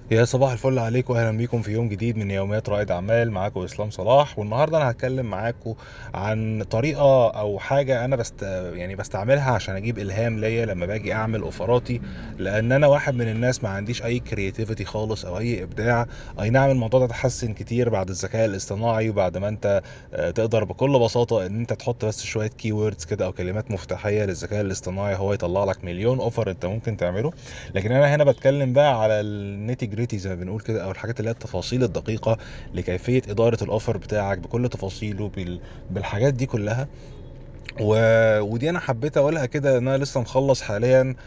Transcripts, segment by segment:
يا صباح الفل عليكم، واهلا بيكم في يوم جديد من يوميات رائد اعمال. معاكم اسلام صلاح، والنهارده انا هتكلم معاكم عن طريقه او حاجه انا يعني بستعملها عشان اجيب الهام ليا لما باجي اعمل اوفراتي. لان انا واحد من الناس ما عنديش اي كرياتيفيتي خالص او اي ابداع. اي نعم، الموضوع ده اتحسن كتير بعد الذكاء الاصطناعي، وبعد ما انت تقدر بكل بساطه ان انت تحط بس شويه كي ووردز كده او كلمات مفتاحيه للذكاء الاصطناعي، هو يطلع لك مليون اوفر انت ممكن تعمله. لكن انا هنا بتكلم بقى على النيتي جريتي زي ما بنقول كده، او الحاجات اللي هي التفاصيل الدقيقه لكيفيه اداره الاوفر بتاعك بكل تفاصيله بالحاجات دي كلها. و... ودي انا حبيت اقولها كده، ان انا لسه مخلص حاليا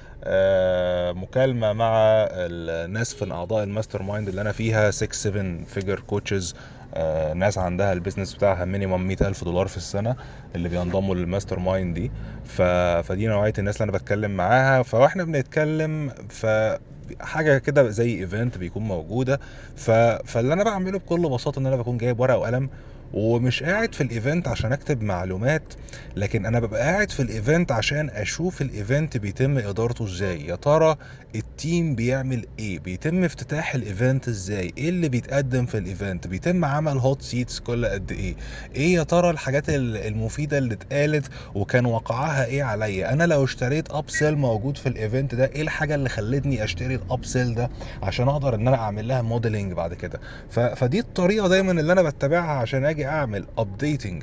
مكالمه مع الناس من اعضاء الماستر مايند اللي انا فيها 6 7 فيجر كوتشز. ناس عندها البيزنس بتاعها مينيمم 100 ألف دولار في السنة، اللي بينضموا للماستر مايند دي. فدي نوعية الناس اللي أنا بتكلم معاها. فاحنا بنتكلم حاجة كده زي ايفنت بيكون موجودة. فاللي أنا بعمله بكل بساطة إن أنا بكون جايب ورقة وقلم، ومش قاعد في الايفنت عشان اكتب معلومات، لكن انا ببقى قاعد في الايفنت عشان اشوف الايفنت بيتم ادارته ازاي. يا ترى التيم بيعمل ايه، بيتم افتتاح الايفنت ازاي، ايه اللي بيتقدم في الايفنت، بيتم عمل هوت سيتس كل قد ايه، ايه يا ترى الحاجات المفيدة اللي اتقالت وكان وقعها ايه عليا. انا لو اشتريت اب سيل موجود في الايفنت ده، ايه الحاجة اللي خلتني اشتري الاب سيل ده عشان اقدر ان انا اعمل لها موديلنج بعد كده. فدي الطريقة دايما اللي انا بتبعها عشان اجي اعمل ابديتنج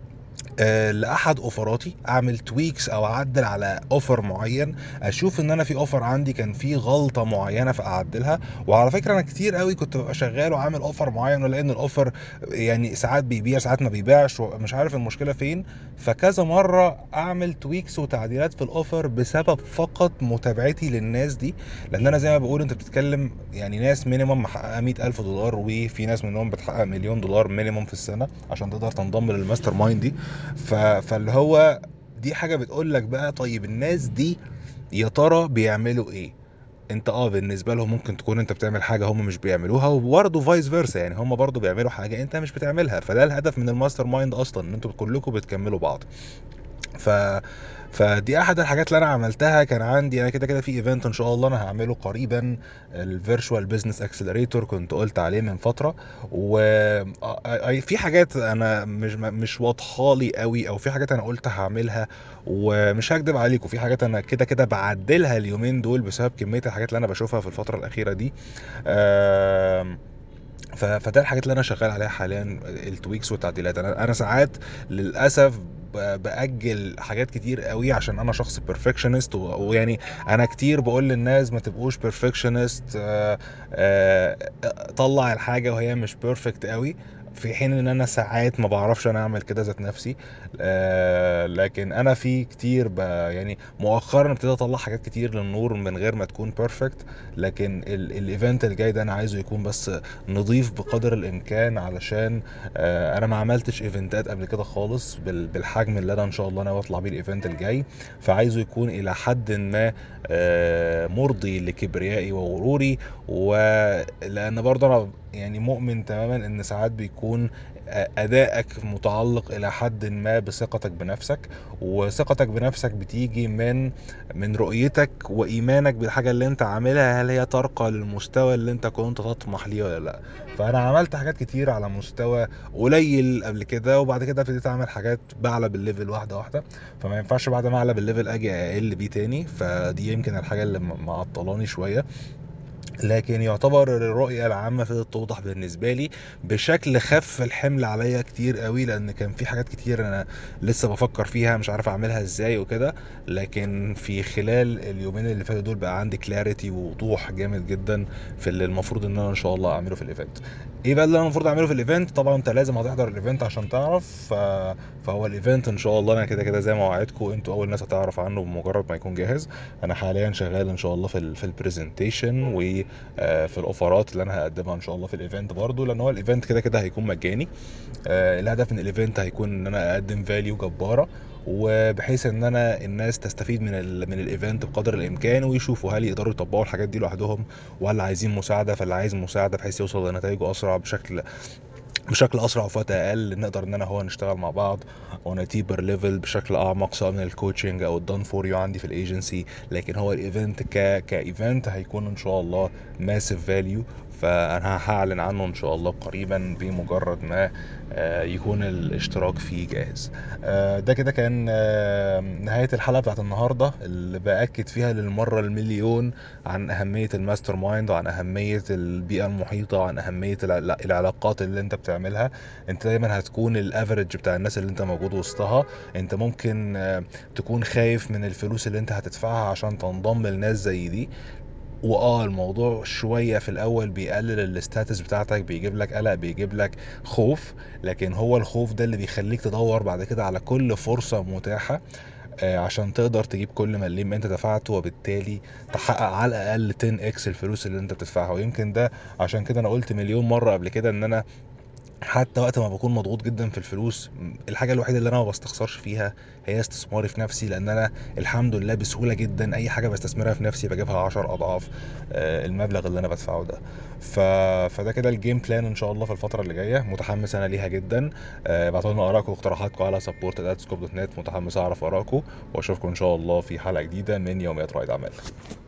لاحد اوفراتي، اعمل تويكس او اعدل على اوفر معين. اشوف ان انا في اوفر عندي كان فيه غلطه معينه فاعدلها. وعلى فكره انا كتير قوي كنت ببقى شغال وعامل اوفر معين، ولان الاوفر يعني ساعات بيبيع ساعات ما بيبيعش ومش عارف المشكله فين. فكذا مره اعمل تويكس وتعديلات في الاوفر بسبب فقط متابعتي للناس دي. لان انا زي ما بقول، انت بتتكلم يعني ناس مينيمم محققه 100 الف دولار، وفي ناس منهم بتحقق مليون دولار مينيمم في السنه عشان تقدر تنضم للماستر مايند دي. فاللي هو دي حاجة بتقول لك بقى، طيب الناس دي يا ترى بيعملوا ايه؟ انت بالنسبة لهم ممكن تكون انت بتعمل حاجة هم مش بيعملوها، وبرضه فايس فيرسا، يعني هم برضه بيعملوا حاجة انت مش بتعملها. فده الهدف من الماستر مايند اصلا، ان انتوا كلكم بتكملوا بعض. ف فدي احد الحاجات اللي انا عملتها. كان عندي انا كده كده في ايفنت ان شاء الله انا هعمله قريبا، الفيرتشوال بزنس اكسلريتور، كنت قلت عليه من فتره. وفي حاجات انا مش واضحه لي قوي، او في حاجات انا قلت هعملها ومش هكدب عليكم، في حاجات انا كده كده بعدلها اليومين دول بسبب كميه الحاجات اللي انا بشوفها في الفتره الاخيره دي. آم، فده الحاجات اللي انا شغال عليها حاليا، التويكس والتعديلات. انا ساعات للاسف باجل حاجات كتير قوي عشان انا شخص بيرفكشنست، ويعني انا كتير بقول للناس ما تبقوش بيرفكشنست. طلع الحاجه وهي مش بيرفكت قوي، في حين ان انا ساعات ما بعرفش انا اعمل كده ذات نفسي. لكن انا في كتير يعني مؤخرا ابتديت اطلع حاجات كتير للنور من غير ما تكون بيرفكت. لكن الايفنت الجاي ده انا عايزه يكون بس نضيف بقدر الامكان، علشان انا ما عملتش ايفنتات قبل كده خالص بالحجم اللي انا ان شاء الله انا اطلع بيه الايفنت الجاي. فعايزه يكون الى حد ما مرضي لكبريائي وغروري. ولان برضه انا يعني مؤمن تماما ان ساعات بيكون ادائك متعلق الى حد ما بثقتك بنفسك. وثقتك بنفسك بتيجي من رؤيتك وايمانك بالحاجه اللي انت عاملها، هل هي ترقى للمستوى اللي انت كنت تطمح ليه ولا لا. فانا عملت حاجات كتير على مستوى قليل قبل كده، وبعد كده ابتديت اعمل حاجات بعلى بالليفل واحده واحده. فما ينفعش بعد ما اعلى بالليفل اجي اقل بيه تاني. فدي يمكن الحاجه اللي معطلاني شويه. لكن يعتبر الرؤية العامة فضلت توضح بالنسبة لي بشكل خف الحمل عليا كتير قوي، لان كان في حاجات كتير انا لسه بفكر فيها مش عارف اعملها ازاي وكده. لكن في خلال اليومين اللي فاتوا دول بقى عندي كلاريتي ووضوح جامد جدا في اللي المفروض ان انا ان شاء الله اعمله في الايفنت. ايه بقى اللي انا المفروض اعمله في الايفنت؟ طبعا انت لازم هتحضر الايفنت عشان تعرف. فهو الايفنت ان شاء الله انا كده كده زي ما وعدتكم، انتوا اول ناس هتعرف عنه بمجرد ما يكون جاهز. انا حاليا شغال ان شاء الله في البرزنتيشن، في الاوفرات اللي انا هقدمها ان شاء الله في الايفنت برضو، لان هو الايفنت كده كده هيكون مجاني. الهدف من الايفنت هيكون ان انا اقدم فاليو جباره، وبحيث ان انا الناس تستفيد من الايفنت بقدر الامكان، ويشوفوا هل يقدروا يطبقوا الحاجات دي لوحدهم، ولا عايزين مساعده. فاللي عايز مساعده بحيث يوصل لنتائجه اسرع بشكل بشكل اسرع وفي وقت اقل، نقدر ان انا هو نشتغل مع بعض on a deeper level بشكل اعمق، سواء من الكوتشنج او الدون فور يو عندي في الايجنسي. لكن هو الايفنت كايفنت هيكون ان شاء الله ماسيف فاليو، فانا هعلن عنه ان شاء الله قريبا بمجرد ما يكون الاشتراك فيه جاهز. ده كده كان نهاية الحلقة بتاعت النهاردة، اللي بأكد فيها للمرة المليون عن أهمية الماستر مايند، وعن أهمية البيئة المحيطة، وعن أهمية العلاقات اللي انت بتعملها. انت دايما هتكون الافريج بتاع الناس اللي انت موجود وسطها. انت ممكن تكون خايف من الفلوس اللي انت هتدفعها عشان تنضم لناس زي دي، الموضوع شوية في الاول بيقلل الستاتس بتاعتك، بيجيب لك قلق، بيجيب لك خوف. لكن هو الخوف ده اللي بيخليك تدور بعد كده على كل فرصة متاحة عشان تقدر تجيب كل مليم انت دفعته، وبالتالي تحقق على الاقل 10 اكس الفلوس اللي انت بتدفعها. ويمكن ده عشان كده انا قلت مليون مرة قبل كده ان انا حتى وقت ما بكون مضغوط جدا في الفلوس، الحاجه الوحيده اللي انا ما بستخسرش فيها هي استثماري في نفسي، لان انا الحمد لله بسهوله جدا اي حاجه بستثمرها في نفسي بجيبها 10 اضعاف المبلغ اللي انا بدفعه ده. فده كده الجيم بلان ان شاء الله في الفتره اللي جايه، متحمس انا ليها جدا. ابعتوا لنا ارائكم واقتراحاتكم على support@scope.net، متحمس اعرف ارائكم، واشوفكم ان شاء الله في حلقه جديده من يوميات رائد اعمال.